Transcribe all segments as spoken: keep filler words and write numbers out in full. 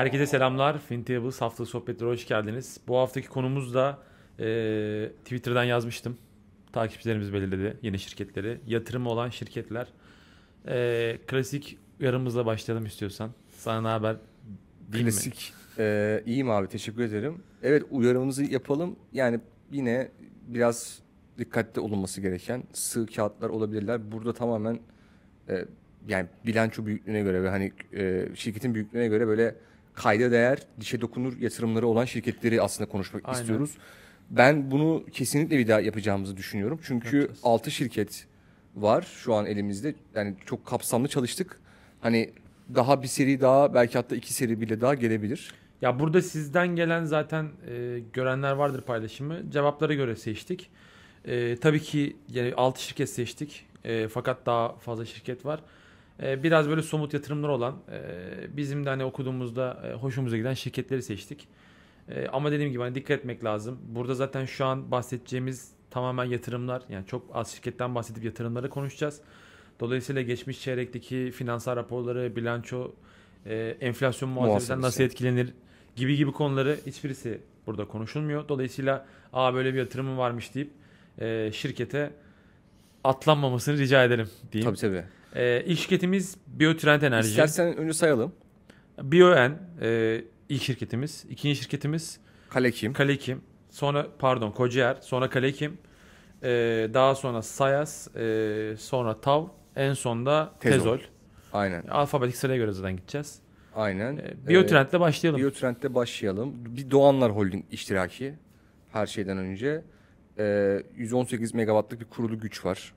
Herkese selamlar. Fintables haftalık sohbetlere hoş geldiniz. Bu haftaki konumuz da e, Twitter'dan yazmıştım. Takipçilerimiz belirledi yeni şirketleri. Yatırımı olan şirketler. E, klasik uyarımızla başlayalım istiyorsan. Sana ne haber? Değil mi? Klasik. Ee, iyiyim abi, teşekkür ederim. Evet, uyarımızı yapalım. Yani yine biraz dikkatli olunması gereken sığ kağıtlar olabilirler. Burada tamamen e, yani bilanço büyüklüğüne göre ve hani e, şirketin büyüklüğüne göre böyle kayda değer, dişe dokunur yatırımları olan şirketleri aslında konuşmak Aynen. istiyoruz. Ben bunu kesinlikle bir daha yapacağımızı düşünüyorum. Çünkü Yapacağız. altı şirket var şu an elimizde. Yani çok kapsamlı çalıştık. Hani daha bir seri daha, belki hatta iki seri bile daha gelebilir. Ya burada sizden gelen zaten e, görenler vardır paylaşımı. Cevaplara göre seçtik. E, tabii ki yani altı şirket seçtik. E, fakat daha fazla şirket var. E, biraz böyle somut yatırımlar olan e, bizim de hani okuduğumuzda e, hoşumuza giden şirketleri seçtik. E, ama dediğim gibi hani dikkat etmek lazım. Burada zaten şu an bahsedeceğimiz tamamen yatırımlar. Yani çok az şirketten bahsedip yatırımları konuşacağız. Dolayısıyla geçmiş çeyrekteki finansal raporları, bilanço, e, enflasyon muhasebesinden Muhasebesi. nasıl etkilenir gibi gibi konuları hiçbirisi burada konuşulmuyor. Dolayısıyla aa böyle bir yatırımım varmış deyip e, şirkete atlanmamasını rica ederim diyeyim. Tabii tabii. E, ilk şirketimiz Biotrend Enerji. İstersen önce sayalım. Bioen e, ilk şirketimiz. İkinci şirketimiz Kalekim. Kalekim. Sonra pardon Kocaer. Sonra Kalekim. E, daha sonra Sayas. E, sonra Tav. En sonda Tezol. Tezol. Aynen. Alfabetik sıraya göre zaten gideceğiz. Aynen. E, Biotrend'le başlayalım. Biotrend'de başlayalım. Bir Doğanlar Holding iştiraki her şeyden önce. Ee, yüz on sekiz megawattlık bir kurulu güç var.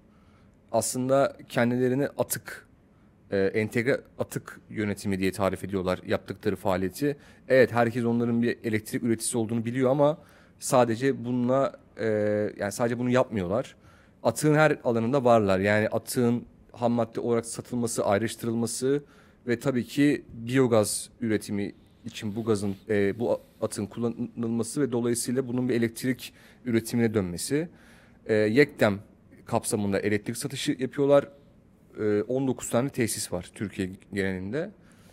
Aslında kendilerini atık, e, entegre atık yönetimi diye tarif ediyorlar yaptıkları faaliyeti. Evet, herkes onların bir elektrik üreticisi olduğunu biliyor ama sadece bununla e, yani sadece bunu yapmıyorlar. Atığın her alanında varlar. Yani atığın ham madde olarak satılması, ayrıştırılması ve tabii ki biyogaz üretimi için bu gazın, e, bu atığın kullanılması ve dolayısıyla bunun bir elektrik üretimine dönmesi. E, Yektem kapsamında elektrik satışı yapıyorlar. E, on dokuz tane tesis var Türkiye genelinde.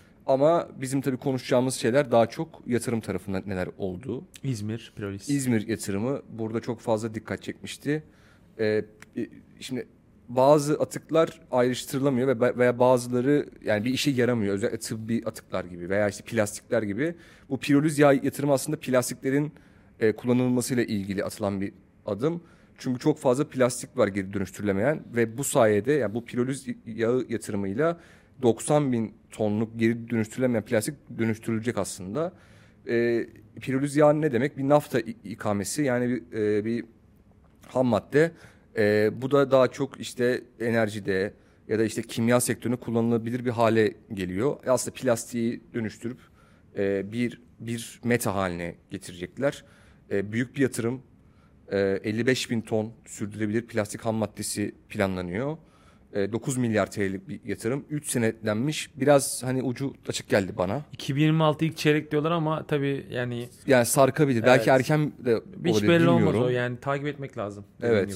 Ama bizim tabii konuşacağımız şeyler daha çok yatırım tarafında neler olduğu. İzmir, Pirolis. İzmir yatırımı burada çok fazla dikkat çekmişti. Ee, şimdi bazı atıklar ayrıştırılamıyor ve veya bazıları yani bir işe yaramıyor. Özellikle tıbbi atıklar gibi veya işte plastikler gibi. Bu piroliz yağ yatırımı aslında plastiklerin e, kullanılmasıyla ilgili atılan bir adım. Çünkü çok fazla plastik var geri dönüştürülemeyen ve bu sayede yani bu piroliz yağı yatırımıyla doksan bin tonluk geri dönüştürülemeyen plastik dönüştürülecek aslında. E, piroliz yağı ne demek? Bir nafta ikamesi, yani bir, e, bir ham madde. E, bu da daha çok işte enerjide ya da işte kimya sektöründe kullanılabilir bir hale geliyor. E, aslında plastiği dönüştürüp e, bir bir meta haline getirecekler. E, büyük bir yatırım. E, elli beş bin ton sürdürülebilir plastik ham maddesi planlanıyor. dokuz milyar T L'lik bir yatırım. üç senetlenmiş. Biraz hani ucu açık geldi bana. iki bin yirmi altı ilk çeyrek diyorlar ama tabii yani Yani sarkabilir. Evet. Belki erken de hiç olabilir, belli olmaz bilmiyorum. o. Yani takip etmek lazım. dediğim Evet. gibi.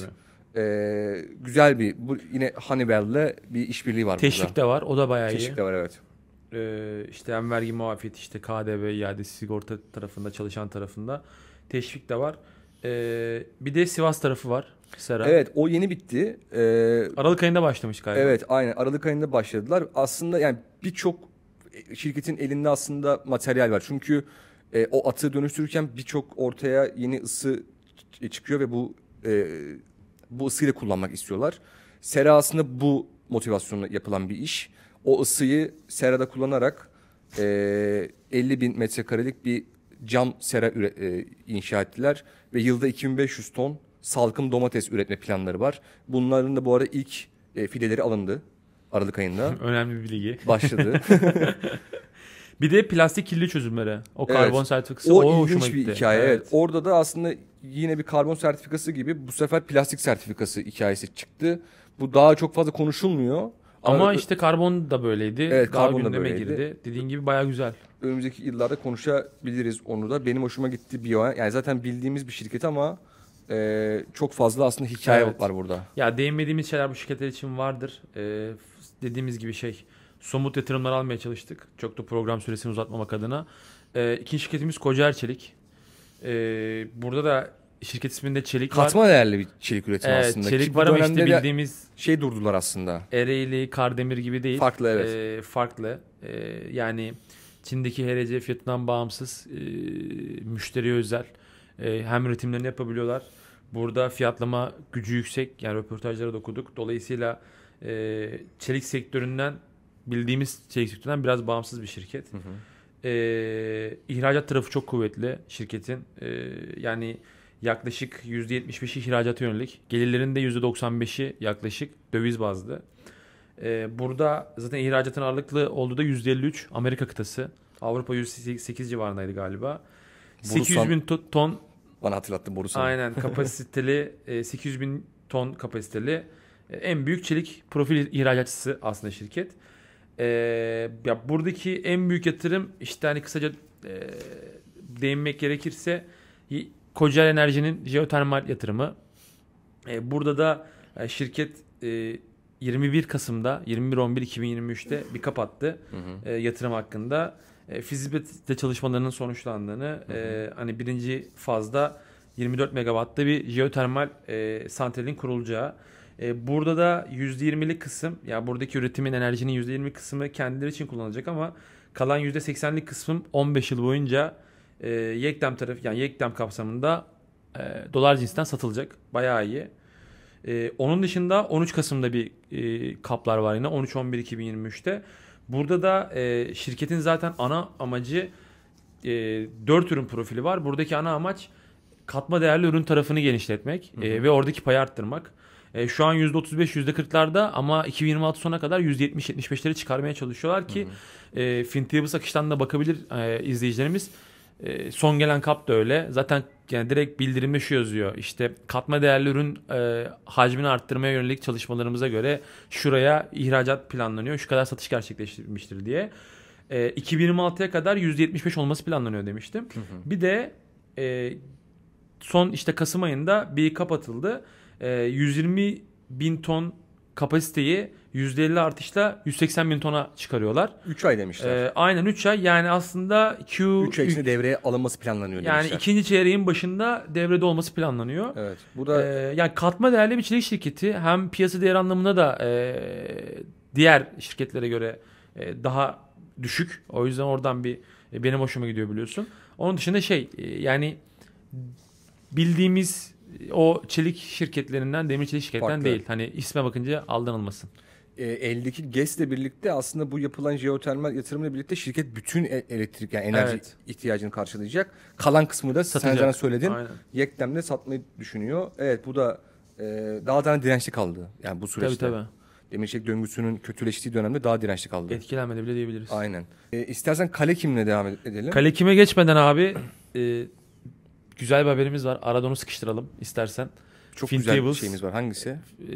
Ee, güzel bir, bu yine Honeywell'le bir işbirliği var Teşvik burada. de var. O da bayağı Teşvik iyi. de var, evet. Ee, işte hem vergi muafiyeti işte K D V iadesi sigorta tarafında çalışan tarafında teşvik de var. Ee, bir de Sivas tarafı var. Sera. Evet, o yeni bitti. Ee, Aralık ayında başlamış galiba. evet, aynen. Aralık ayında başladılar. Aslında yani birçok şirketin elinde aslında materyal var. Çünkü e, o atığı dönüştürürken birçok ortaya yeni ısı ç- çıkıyor ve bu e, bu ısıyı da kullanmak istiyorlar. Sera aslında bu motivasyonla yapılan bir iş. O ısıyı serada kullanarak e, elli bin metrekarelik bir cam sera üre, e, inşa ettiler ve yılda iki bin beş yüz ton salkım domates üretme planları var. Bunların da bu arada ilk e, fideleri alındı Aralık ayında. Önemli bir bilgi. Başladı. Bir de plastik kirli çözümleri. O Evet. karbon sertifikası. O, O, hoşuma ilginç bir gitti. hikaye. Evet. Orada da aslında yine bir karbon sertifikası gibi bu sefer plastik sertifikası hikayesi çıktı. Bu daha çok fazla konuşulmuyor. Ama Ara- işte karbon da böyleydi. Evet, Daha karbon da gündeme böyleydi. girdi. Dediğin gibi bayağı güzel. önümüzdeki yıllarda konuşabiliriz onu da. Benim hoşuma gitti Bioen. Yani zaten bildiğimiz bir şirket ama e, çok fazla aslında hikaye Evet. var burada. Ya değinmediğimiz şeyler bu şirketler için vardır. Ee, dediğimiz gibi şey somut yatırımlar almaya çalıştık. Çok da program süresini uzatmamak adına. E, ikinci şirketimiz Kocaer Çelik. E, burada da şirket isminde çelik var. Katma değerli bir çelik üretimi Evet, aslında. çelik Ki bu var ama işte dönemde de bildiğimiz şey durdular aslında. Ereğli, Kardemir gibi değil. Farklı, evet. E, farklı. E, yani Çin'deki H R C fiyatından bağımsız, e, müşteriye özel. E, hem üretimlerini yapabiliyorlar. Burada fiyatlama gücü yüksek. Yani röportajlara da okuduk. Dolayısıyla e, çelik sektöründen, bildiğimiz çelik sektöründen biraz bağımsız bir şirket. Hı hı. E, ihracat tarafı çok kuvvetli şirketin. E, yani yaklaşık yüzde yetmiş beşi ihracata yönelik. Gelirlerin de yüzde doksan beşi yaklaşık döviz bazlı. E, burada zaten ihracatın ağırlıklı olduğu da yüzde elli üç Amerika kıtası. Avrupa yüzde sekiz civarındaydı galiba. sekiz yüz bin to- ton Bana hatırlattın Borusan. aynen kapasiteli e, sekiz yüz bin ton kapasiteli e, en büyük çelik profil ihracatçısı aslında şirket. E, ya buradaki en büyük yatırım işte hani kısaca e, değinmek gerekirse y- Kocaeli Enerji'nin jeotermal yatırımı. E, burada da e, şirket e, yirmi bir Kasım'da yirmi bir on bir iki bin yirmi üçte bir kapattı Hı hı. e, yatırım hakkında. E, fizibilite çalışmalarının sonuçlandığını, Hı hı. e, hani birinci fazda yirmi dört megawattlı bir jeotermal e, santralin kurulacağı. E, burada da yüzde yirmilik kısım, ya buradaki üretimin enerjinin yüzde yirmi kısmı kendileri için kullanılacak ama kalan yüzde seksenlik kısmım on beş yıl boyunca e, Yekdem tarafı, yani Yekdem kapsamında e, dolar cinsinden satılacak. Bayağı iyi. E, onun dışında on üç Kasım'da bir e, kaplar var yine on üç on bir iki bin yirmi üçte. Burada da e, şirketin zaten ana amacı e, dört ürün profili var. Buradaki ana amaç katma değerli ürün tarafını genişletmek Hı hı. e, ve oradaki payı arttırmak. E, şu an yüzde otuz beş yüzde kırklarda ama iki bin yirmi altı sonuna kadar yüzde yetmiş yetmiş beşleri çıkarmaya çalışıyorlar ki Hı hı. e, Fintables akıştan da bakabilir e, izleyicilerimiz. E, son gelen kap da öyle. Zaten yani direkt bildirimde şu yazıyor. İşte katma değerli ürün e, hacmini arttırmaya yönelik çalışmalarımıza göre şuraya ihracat planlanıyor. Şu kadar satış gerçekleştirilmiştir diye. E, iki bin yirmi altıya kadar yüzde yetmiş beş olması planlanıyor demiştim. Hı hı. Bir de e, son işte Kasım ayında bir kapatıldı. E, yüz yirmi bin ton kapasiteyi yüzde elli artışla yüz seksen bin tona çıkarıyorlar. üç ay demişler. E, aynen üç ay, yani aslında Q üç ay içinde devreye alınması planlanıyor yani demişler. ikinci çeyreğin başında devrede olması planlanıyor. Evet. Bu da Ee, yani katma değerli bir çelik şirketi, hem piyasa değer anlamında da e, diğer şirketlere göre e, daha düşük. O yüzden oradan bir e, benim hoşuma gidiyor biliyorsun. Onun dışında şey e, yani bildiğimiz o çelik şirketlerinden, demir çelik şirketlerinden Farklı. değil. Hani isme bakınca aldanılmasın. e, eldeki GES'le birlikte aslında bu yapılan jeotermal yatırımla birlikte şirket bütün e- elektrik yani enerji Evet. ihtiyacını karşılayacak. Kalan kısmı da sen Satacak. zaten söyledin. Aynen. Yeklem'de satmayı düşünüyor. Evet, bu da e, daha da dirençli kaldı. Yani bu Tabii süreçte. tabii. Demirçelik döngüsünün kötüleştiği dönemde daha dirençli kaldı. Etkilenmedi bile diyebiliriz. Aynen. E, istersen kale kimle devam edelim? Kale kime geçmeden abi e, güzel bir haberimiz var. Arada onu sıkıştıralım istersen. Çok Fin güzel bir Tables, şeyimiz var. Hangisi?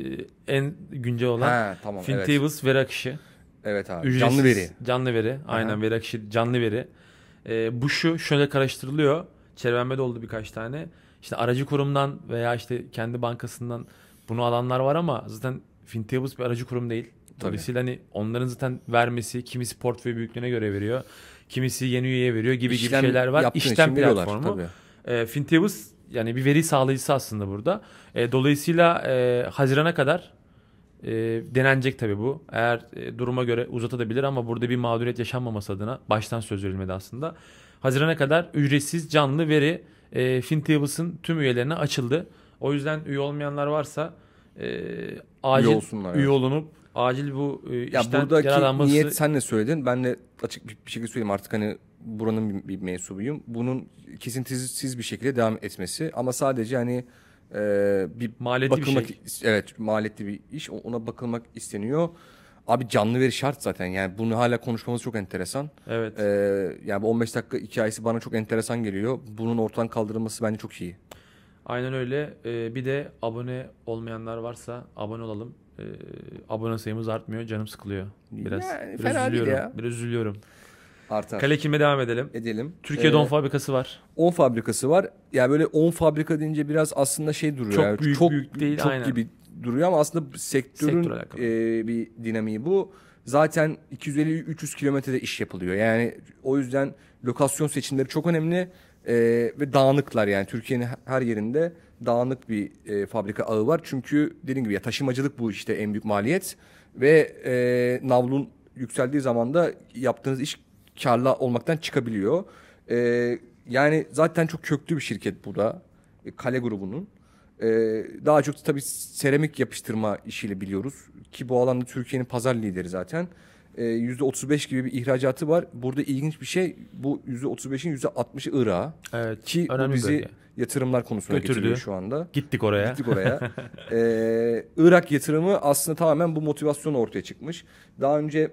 e, en güncel olan Ha, tamam. Evet. Fintables veri akışı. Evet abi. Ücretsiz, Canlı veri. Canlı veri. Aynen, Aha. veri akışı canlı veri. E, bu şu şöyle karıştırılıyor. Çevremde de oldu birkaç tane. İşte aracı kurumdan veya işte kendi bankasından bunu alanlar var ama zaten Fintables bir aracı kurum değil. Dolayısıyla hani onların zaten vermesi, kimisi portföy büyüklüğüne göre veriyor. Kimisi yeni üyeye veriyor gibi İşlem gibi şeyler var. yaptığın İşlem için veriyorlar, platformu. tabii. E, Fintables yani bir veri sağlayıcısı aslında burada. E, dolayısıyla e, Haziran'a kadar e, denenecek tabii bu. Eğer e, duruma göre uzatabilir ama burada bir mağduriyet yaşanmaması adına baştan söz verilmedi aslında. Haziran'a kadar ücretsiz canlı veri e, Fintables'ın tüm üyelerine açıldı. O yüzden üye olmayanlar varsa e, acil Üye üye, olsunlar, evet. olunup acil bu e, Ya işten buradaki yararlanması. niyet sen ne söyledin? Ben de açık bir, bir şekilde söyleyeyim, artık hani buranın bir, bir mensubuyum. Bunun kesintisiz bir şekilde devam etmesi ama sadece hani e, bir Maliyetli bir bakılmak, şey. evet, maliyetli bir iş, ona bakılmak isteniyor. Abi canlı veri şart zaten, yani bunu hala konuşmamız çok enteresan. Evet. E, yani bu on beş dakika hikayesi bana çok enteresan geliyor. Bunun ortadan kaldırılması bence çok iyi. Aynen öyle. Ee, bir de abone olmayanlar varsa abone olalım. Ee, abone sayımız artmıyor. Canım sıkılıyor. Biraz. Yani biraz fena değil üzülüyorum. ya. Biraz üzülüyorum. Artar. Kale kime devam edelim. Edelim. Türkiye'de Ee, on fabrikası var. on fabrikası var. Ya böyle on fabrika deyince biraz aslında şey duruyor. Çok yani. büyük, çok büyük değil, çok aynen. gibi duruyor ama aslında sektörün Sektör alakalı. e, bir dinamiği bu. zaten iki yüz elli üç yüz kilometrede iş yapılıyor. Yani o yüzden lokasyon seçimleri çok önemli e, ve dağınıklar, yani Türkiye'nin her yerinde dağınık bir e, fabrika ağı var. Çünkü dediğim gibi ya taşımacılık bu işte en büyük maliyet ve e, navlun yükseldiği zaman da yaptığınız iş karlı olmaktan çıkabiliyor. E, yani zaten çok köklü bir şirket bu da. E, Kale grubunun. E, daha çok tabii seramik yapıştırma işiyle biliyoruz. Ki bu alanda Türkiye'nin pazar lideri zaten. E, yüzde otuz beş gibi bir ihracatı var. Burada ilginç bir şey, bu yüzde otuz beşin yüzde altmışı Irak'a. Evet. Ki bu Önemli bizi bölge. yatırımlar konusuna Götürdü. getiriyor şu anda. Gittik oraya. Gittik oraya. Ee, Irak yatırımı aslında tamamen bu motivasyonla ortaya çıkmış. Daha önce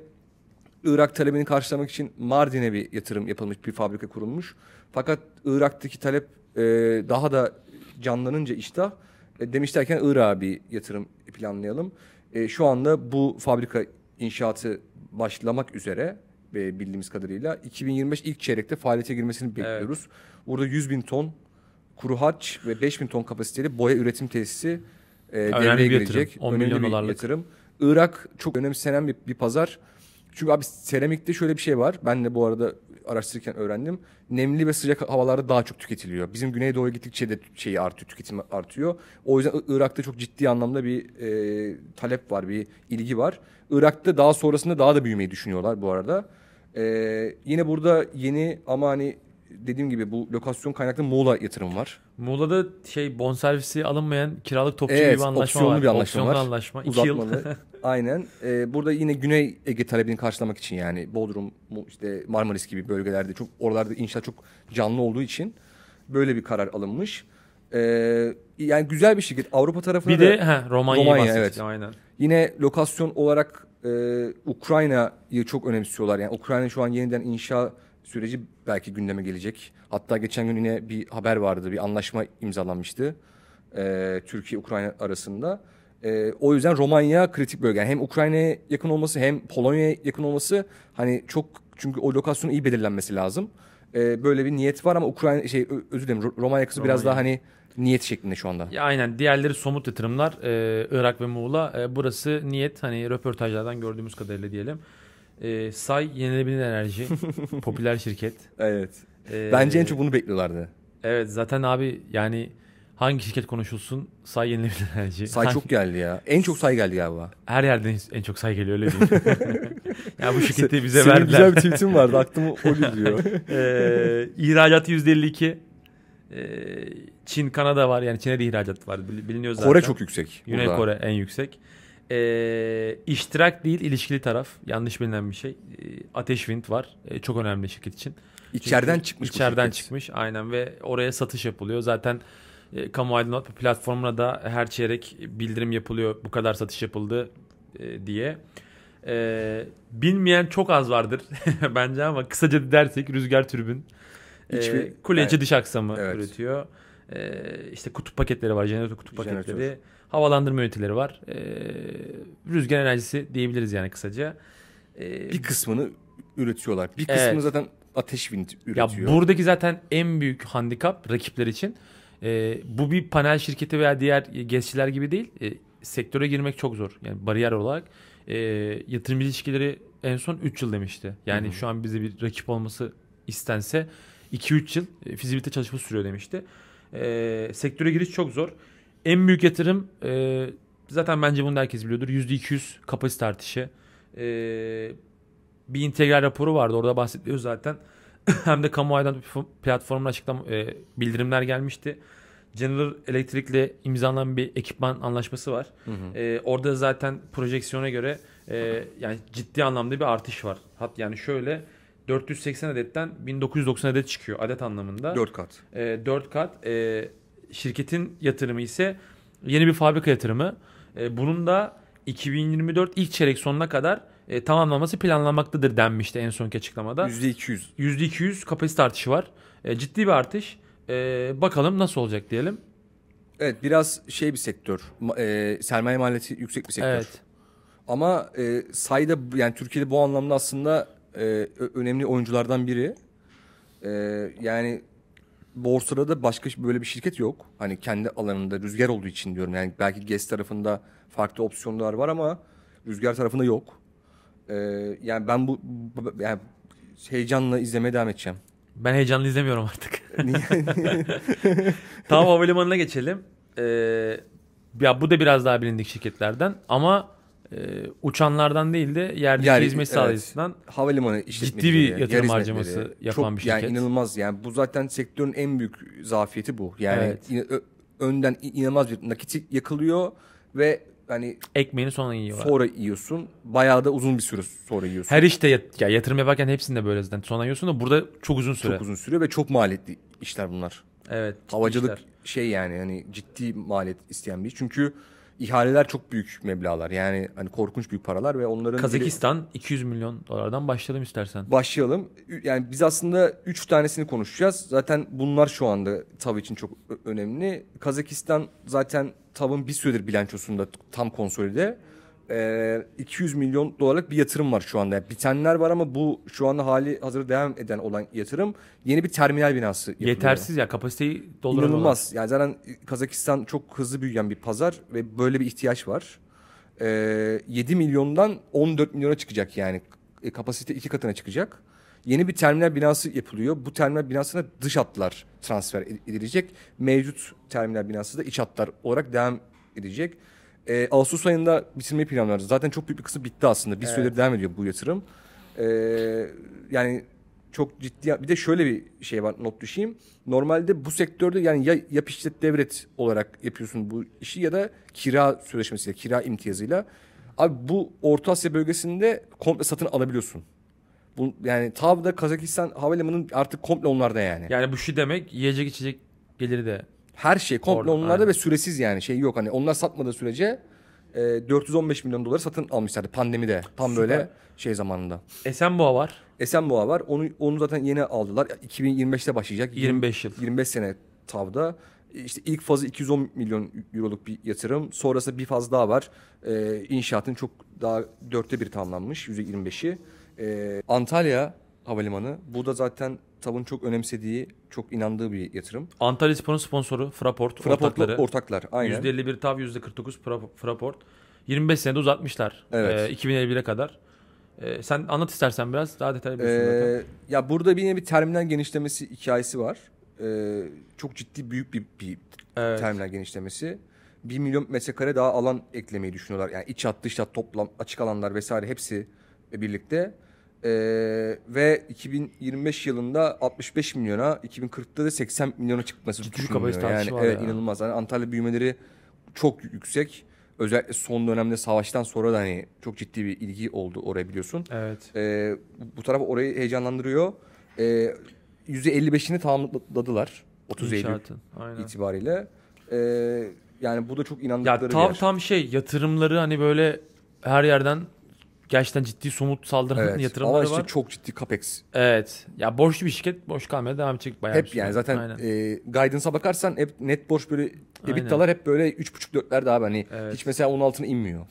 Irak talebini karşılamak için Mardin'e bir yatırım yapılmış, bir fabrika kurulmuş. Fakat Irak'taki talep e, daha da canlanınca iştah e, demişlerken Irak'a bir yatırım planlayalım. E, şu anda bu fabrika inşaatı başlamak üzere e, bildiğimiz kadarıyla iki bin yirmi beş ilk çeyrekte faaliyete girmesini bekliyoruz. Burada yüz bin ton kuru harç ve beş bin ton kapasiteli boya üretim tesisi e, devreye bir girecek. yatırım. on Önemli milyon bir dolarlık. yatırım. Irak çok önemsenen bir, bir pazar. Çünkü abi seramikte şöyle bir şey var. Ben de bu arada araştırırken öğrendim. Nemli ve sıcak havalarda daha çok tüketiliyor. Bizim Güneydoğu'ya gittikçe de şeyi artıyor, tüketim artıyor. O yüzden I- Irak'ta çok ciddi anlamda bir e, talep var, bir ilgi var. Irak'ta daha sonrasında daha da büyümeyi düşünüyorlar bu arada. E, yine burada yeni ama hani dediğim gibi bu lokasyon kaynaklı Muğla yatırım var. Muğla'da şey bonservisi alınmayan kiralık topçu Evet, gibi anlaşma opsiyonlu var. bir anlaşma Opsiyonlu var. anlaşma. İki yıl. Uzatmalı. Aynen. Ee, burada yine Güney Ege talebini karşılamak için, yani Bodrum, Mu- işte Marmaris gibi bölgelerde çok, oralarda inşaat çok canlı olduğu için böyle bir karar alınmış. Ee, yani güzel bir şirket. Avrupa tarafına Bir da de he, Romanya'yı Romanya, bahsettik. evet. Aynen. yine lokasyon olarak e, Ukrayna'yı çok önemsiyorlar. Yani Ukrayna şu an yeniden inşa süreci belki gündeme gelecek. Hatta geçen gün yine bir haber vardı, bir anlaşma imzalanmıştı e, Türkiye-Ukrayna arasında. E, o yüzden Romanya kritik bölge. Yani hem Ukrayna'ya yakın olması hem Polonya'ya yakın olması, hani çok, çünkü o lokasyonun iyi belirlenmesi lazım. E, böyle bir niyet var ama Ukrayna şey ö- özür dilerim, Ro- Romanya kısmı biraz Romanya. daha hani niyet şeklinde şu anda. Ya aynen. Diğerleri somut yatırımlar. Ee, Irak ve Muğla. Ee, burası niyet. Hani röportajlardan gördüğümüz kadarıyla diyelim. Ee, Say Yenilenebilir Enerji. Popüler şirket. Evet. Ee, Bence en çok bunu bekliyorlardı. Evet zaten abi yani hangi şirket konuşulsun Say Yenilenebilir Enerji. Say Hangi- çok geldi ya. En çok say geldi galiba. Her yerden en çok say geliyor öyle diyeyim. Ya bu şirketi bize Senin verdiler. güzel bir tweetin vardı. Aklıma o geliyor. Ee, ihracatı yüzde elli iki. Ee, Çin, Kanada var. Yani Çin'e de ihracat var. Bil- Biliniyor zaten. Kore çok yüksek. Güney burada. Kore en yüksek. Ee, iştirak değil, ilişkili taraf. Yanlış bilinen bir şey. Ee, Ateş Wind var. Ee, çok önemli şirket için. İçeriden Çünkü çıkmış bu İçeriden şirket. çıkmış aynen ve oraya satış yapılıyor. Zaten e, kamu aydınlatma platformuna da her çeyrek bildirim yapılıyor. Bu kadar satış yapıldı e, diye. E, bilmeyen çok az vardır bence ama kısaca dersek rüzgar türbin. İç E, ve- kule içi evet. dış aksamı Evet. üretiyor. E, işte kutup paketleri var. Jeneratör kutup Jeneratör. paketleri. Havalandırma üniteleri var. E, rüzgar enerjisi diyebiliriz yani kısaca. E, Bir kısmını üretiyorlar. Bir Evet. kısmını zaten Ateş Wind üretiyor. Ya buradaki zaten en büyük handikap rakipler için. Ee, bu bir panel şirketi veya diğer geziciler gibi değil. Ee, sektöre girmek çok zor. Yani bariyer olarak. Ee, yatırımcı ilişkileri en son üç yıl demişti. Yani Hı hı. şu an bize bir rakip olması istense iki üç yıl e, fizibilite çalışması sürüyor demişti. Ee, sektöre giriş çok zor. En büyük yatırım e, zaten bence bunu da herkes biliyordur. yüzde iki yüz kapasite artışı. Ee, bir integral raporu vardı. Orada bahsediyor zaten. Hem de kamu aydınlatma platformuna açıklama e, bildirimler gelmişti. General Electric'le imzalanan bir ekipman anlaşması var. Hı hı. E, orada zaten projeksiyona göre e, yani ciddi anlamda bir artış var. Hat yani şöyle dört yüz seksen adetten bin dokuz yüz doksan adet çıkıyor adet anlamında. Dört kat. E, dört kat. E, şirketin yatırımı ise yeni bir fabrika yatırımı. E, bunun da iki bin yirmi dört ilk çeyrek sonuna kadar e, tamamlanması planlanmaktadır denmişti en sonki açıklamada. Yüzde iki yüz. yüzde iki yüz kapasite artışı var. E, ciddi bir artış. E, bakalım nasıl olacak diyelim. Evet, biraz şey bir sektör. Ma- e, sermaye maliyeti yüksek bir sektör. Evet. Ama e, sayda, yani Türkiye'de bu anlamda aslında e, ö- önemli oyunculardan biri. E, yani borsada da başka böyle bir şirket yok. Hani kendi alanında rüzgar olduğu için diyorum. Yani belki GES tarafında farklı opsiyonlar var ama rüzgar tarafında yok. Ee, yani ben bu, bu yani heyecanla izlemeye devam edeceğim. Ben heyecanlı izlemiyorum artık. Niye? Tamam, havalimanına geçelim. Ee, ya bu da biraz daha bilindik şirketlerden ama e, uçanlardan değil de yerdeki Yani, hizmet evet. sağlayıcısından Havalimanı ciddi işletmecileri, bir yer yatırım hizmetleri. harcaması yapan Çok, bir şirket. Yani inanılmaz. Yani bu zaten sektörün en büyük zafiyeti bu. Yani Evet. in- ö- önden inanılmaz bir nakiti yakılıyor ve hani Ekmeğini sonra yiyorlar. sonra yiyorsun. Bayağı da uzun bir süre sonra yiyorsun. Her işte yat- ya yatırım yaparken hepsinde böyle zaten. Sonra yiyorsun da burada çok uzun süre. Çok uzun sürüyor ve çok maliyetli işler bunlar. Evet. ciddi Havacılık işler. şey yani hani ciddi maliyet isteyen bir iş. Çünkü ihaleler çok büyük meblağlar. Yani hani korkunç büyük paralar ve onların Kazakistan iki yüz milyon dolardan başlayalım istersen. başlayalım. Yani biz aslında üç tanesini konuşacağız. Zaten bunlar şu anda TAV için çok ö- önemli. Kazakistan zaten TAV'ın bir süredir bilançosunda tam konsolide. Ee, iki yüz milyon dolarlık bir yatırım var şu anda. Yani bitenler var ama bu şu anda hali hazır devam eden olan yatırım. Yeni bir terminal binası yapılıyor. Yetersiz ya, kapasiteyi dolduramıyorlar. İnanılmaz. Yani zaten Kazakistan çok hızlı büyüyen bir pazar ve böyle bir ihtiyaç var. Ee, yedi milyondan on dört milyona çıkacak yani. E, kapasite iki katına çıkacak. Yeni bir terminal binası yapılıyor. Bu terminal binasına dış hatlar transfer edilecek. Mevcut terminal binası da iç hatlar olarak devam edecek. Ee, Ağustos ayında bitirmeyi planlıyoruz. Zaten çok büyük bir kısmı bitti aslında. Bir Evet. süredir devam ediyor bu yatırım. Ee, yani çok ciddi. Bir de şöyle bir şey var, not düşeyim. Normalde bu sektörde yani ya yap işlet devret olarak yapıyorsun bu işi ya da kira sözleşmesiyle, kira imtiyazıyla. Abi bu Orta Asya bölgesinde komple satın alabiliyorsun. Bu yani TAV'da Kazakistan havalimanının artık komple onlarda yani. Yani bu şu demek, yiyecek içecek geliri de. Her şey komple Orada, onlarda aynen. ve süresiz yani şey yok. Hani onlar satmadığı sürece e, dört yüz on beş milyon doları satın almışlardı pandemide. Tam Süper. böyle şey zamanında. Esenboğa var. Esenboğa var. Onu onu zaten yeni aldılar. iki bin yirmi beşte başlayacak. yirmi beş yıl. yirmi beş sene TAV'da. İşte ilk fazı iki yüz on milyon euroluk bir yatırım. Sonrasında bir faz daha var. Ee, inşaatın çok daha dörtte bir tamamlanmış. yüzde yirmi beşi. Ee, Antalya Havalimanı. Bu da zaten TAV'ın çok önemsediği, çok inandığı bir yatırım. Antalya Spor'un sponsoru Fraport, Fraport'la ortakları. ortaklar. Aynen. yüzde elli bir TAV, yüzde kırk dokuz Fra- Fraport. yirmi beş senede uzatmışlar. Evet. Ee, iki bin elli bire kadar. Ee, sen anlat istersen biraz. Daha detaylı biliyorsun zaten. Ee, ya burada bir yine bir terminal genişlemesi hikayesi var. Ee, çok ciddi büyük bir, bir Evet. terminal genişlemesi. bir milyon metrekare daha alan eklemeyi düşünüyorlar. Yani iç hat, dış hat, toplam açık alanlar vesaire hepsi birlikte. Ee, ve iki bin yirmi beş yılında altmış beş milyona, iki bin kırkta da seksen milyona çıkması Ciddi bir düşünülüyor. kapasite Yani artışı var evet ya. inanılmaz. Yani Antalya büyümeleri çok yüksek. Özellikle son dönemde savaştan sonra da hani çok ciddi bir ilgi oldu oraya biliyorsun. Evet. Ee, bu taraf orayı heyecanlandırıyor. Ee, yüzde elli beşini tamamladılar otuz Eylül İnşaatın. Aynen. itibariyle. Ee, yani bu da çok Ya inandıkları tam bir yer. tam şey, yatırımları hani böyle her yerden gerçekten ciddi somut saldıran Evet. Ama yatırımları işte var. çok ciddi capex. Evet. Ya borçlu bir şirket, boş kalmaya devam edecek bayağı. bir Hep süre. yani zaten Aynen. e, guidance'a bakarsan hep net borç böyle Aynen. EBITDA'lar hep böyle üç buçuk dörtler daha hani Evet. hiç mesela onun altına inmiyor.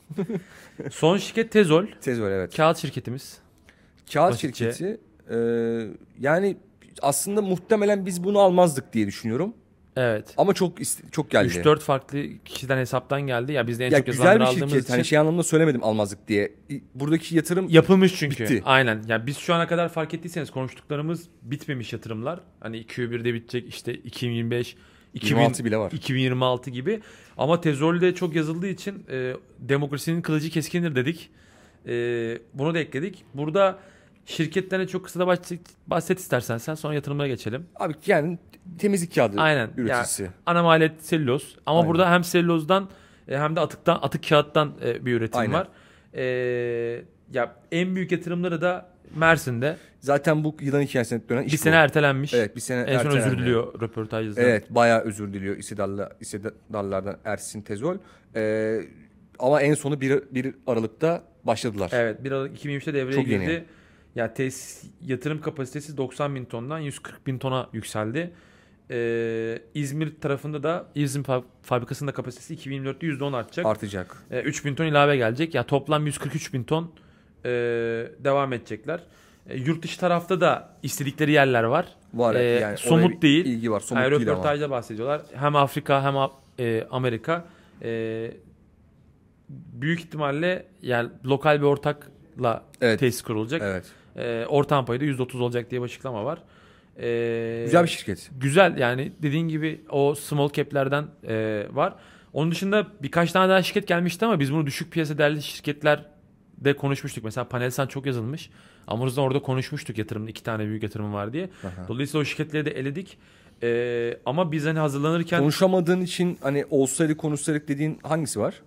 Son şirket Tezol. Tez öyle evet. Kağıt şirketimiz. Kağıt Basitçe. şirketi e, yani aslında muhtemelen biz bunu almazdık diye düşünüyorum. Evet. Ama çok iste- çok geldi. üç dört farklı kişiden hesaptan geldi. Ya biz de en Ya çok güzel yazılanları bir aldığımız şirket. için Hani şey anlamda söylemedim almazdık diye. Buradaki yatırım yapılmış çünkü. bitti. Aynen. Yani biz şu ana kadar fark ettiyseniz konuştuklarımız bitmemiş yatırımlar. Hani Q birde bitecek, işte iki bin yirmi beş, yirmi altı bile var. iki bin yirmi altı gibi. Ama Tezol'de çok yazıldığı için e, demokrasinin kılıcı keskindir dedik. E, bunu da ekledik. Burada şirketlerine çok kısa da bahset, bahset istersen sen, sonra yatırımlara geçelim. Abi yani temizlik kağıdı Aynen. üreticisi. Ana maliyet selüloz. Ama Aynen. burada hem selülozdan e, hem de atıktan, atık kağıttan e, bir üretim Aynen. var. E, ya en büyük yatırımları da Mersin'de. Zaten bu yılan hikayesine dönen iş Bir bu. sene ertelenmiş. Evet bir sene En son ertelendi. özür diliyor röportajda. Evet bayağı özür diliyor İsedarlı, İsedarlardan Ersin Tezol. Ee, ama en sonu bir Aralık'ta başladılar. Evet, bir Aralık iki bin yirmi üçte devreye Çok girdi. yeni. Ya tesis yatırım kapasitesi doksan bin tondan yüz kırk bin tona yükseldi. Ee, İzmir tarafında da İzmir fab- fabrikasında kapasitesi iki bin yirmi dörtte yüzde on artacak. Artacak. Ee, üç bin ton ilave gelecek. Ya toplam yüz kırk üç bin ton e, devam edecekler. E, yurt dışı tarafta da istedikleri yerler var. Var Ee, yani somut oraya bir değil. ilgi var. Somut Yani değil ama. röportajda bahsediyorlar. Hem Afrika hem e, Amerika. E, büyük ihtimalle yani lokal bir ortak Capital'la Evet. tesis kurulacak. Evet. E, ortam payı da yüzde otuz olacak diye bir açıklama var. E, Güzel bir şirket. Güzel yani dediğin gibi o small cap'lerden e, var. Onun dışında birkaç tane daha şirket gelmişti ama biz bunu düşük piyasa değerli şirketlerde konuşmuştuk. Mesela Panelsan çok yazılmış. Ama orada konuşmuştuk yatırımın iki tane büyük yatırım var diye. Aha. Dolayısıyla o şirketleri de eledik. E, ama biz hani hazırlanırken... Konuşamadığın için hani olsaydı konuşsaydık dediğin hangisi var?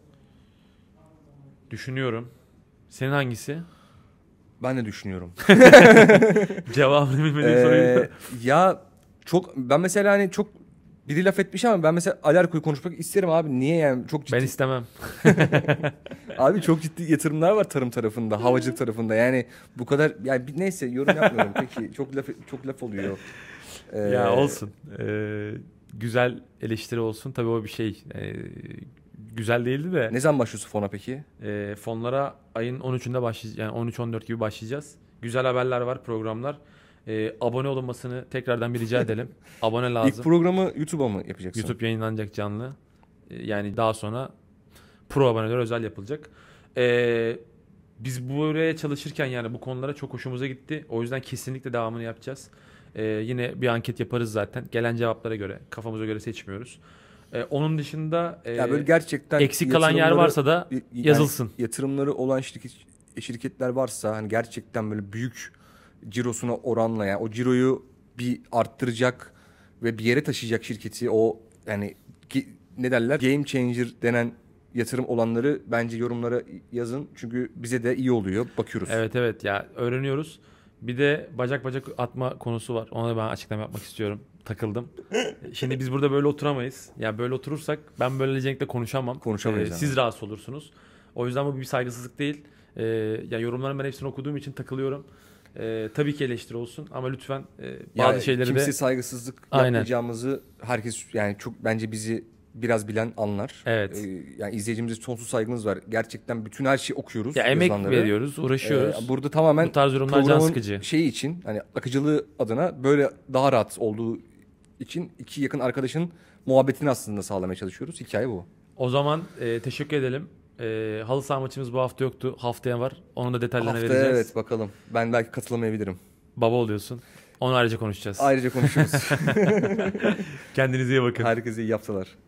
Düşünüyorum. Senin hangisi? Ben de düşünüyorum. Cevabını bilmediğim soruyu. Ee, ya çok ben mesela hani çok biri laf etmiş ama ben mesela Alarko'yu konuşmak isterim abi. Niye yani çok ciddi. Ben istemem. Abi çok ciddi yatırımlar var tarım tarafında, havacılık tarafında. Yani bu kadar yani bir- neyse yorum yapmıyorum. Peki çok laf çok laf oluyor. Ee, Ya olsun. Ee, güzel eleştiri olsun. Tabii o bir şey. Ee, güzel değildi de. Ne zaman başlıyorsun fona peki? Ee, fonlara ayın on üçünde başlayacağız. Yani on üç on dört gibi başlayacağız. Güzel haberler var, programlar. Ee, abone olunmasını tekrardan bir rica edelim. Abone lazım. İlk programı YouTube'a mı yapacaksın? YouTube yayınlanacak canlı. Ee, yani daha sonra pro aboneler özel yapılacak. Ee, biz buraya çalışırken yani bu konulara çok hoşumuza gitti. O yüzden kesinlikle devamını yapacağız. Ee, yine bir anket yaparız zaten. Gelen cevaplara göre, kafamıza göre seçmiyoruz. Ee, onun dışında e, Ya böyle gerçekten eksik kalan yer yatırımları- varsa da y- yani yazılsın. yatırımları olan şirket şirketler varsa hani gerçekten böyle büyük cirosuna oranla yani o ciroyu bir arttıracak ve bir yere taşıyacak şirketi o yani ki- ne derler game changer denen yatırım olanları bence yorumlara yazın. Çünkü bize de iyi oluyor. Bakıyoruz. Evet evet ya öğreniyoruz. Bir de bacak bacak atma konusu var. Ona da ben açıklama yapmak istiyorum. Takıldım. Şimdi biz burada böyle oturamayız. Ya böyle oturursak ben böyle Cenk'le konuşamam. Konuşamayız Ee, ama. siz rahatsız olursunuz. O yüzden bu bir saygısızlık değil. Ee, ya yorumların ben hepsini okuduğum için takılıyorum. Ee, tabii ki eleştiri olsun ama lütfen e, bazı Yani şeyleri kimse de saygısızlık Aynen. yapmayacağımızı herkes yani çok bence bizi biraz bilen anlar. Evet. Ee, yani izleyicimize sonsuz saygımız var. Gerçekten bütün her şeyi okuyoruz. ya emek yazılanları. veriyoruz, uğraşıyoruz. Ee, burada tamamen Bu tarz yorumlar can programın sıkıcı. şeyi için hani akıcılığı adına böyle daha rahat olduğu için iki yakın arkadaşın muhabbetini aslında sağlamaya çalışıyoruz. Hikaye bu. O zaman e, teşekkür edelim. E, halı saha maçımız bu hafta yoktu. Haftaya var. Onun da detaylarını Haftaya vereceğiz. evet bakalım. Ben belki katılamayabilirim. Baba oluyorsun. Onu ayrıca konuşacağız. Ayrıca konuşuruz. Kendinize iyi bakın. Herkese iyi haftalar.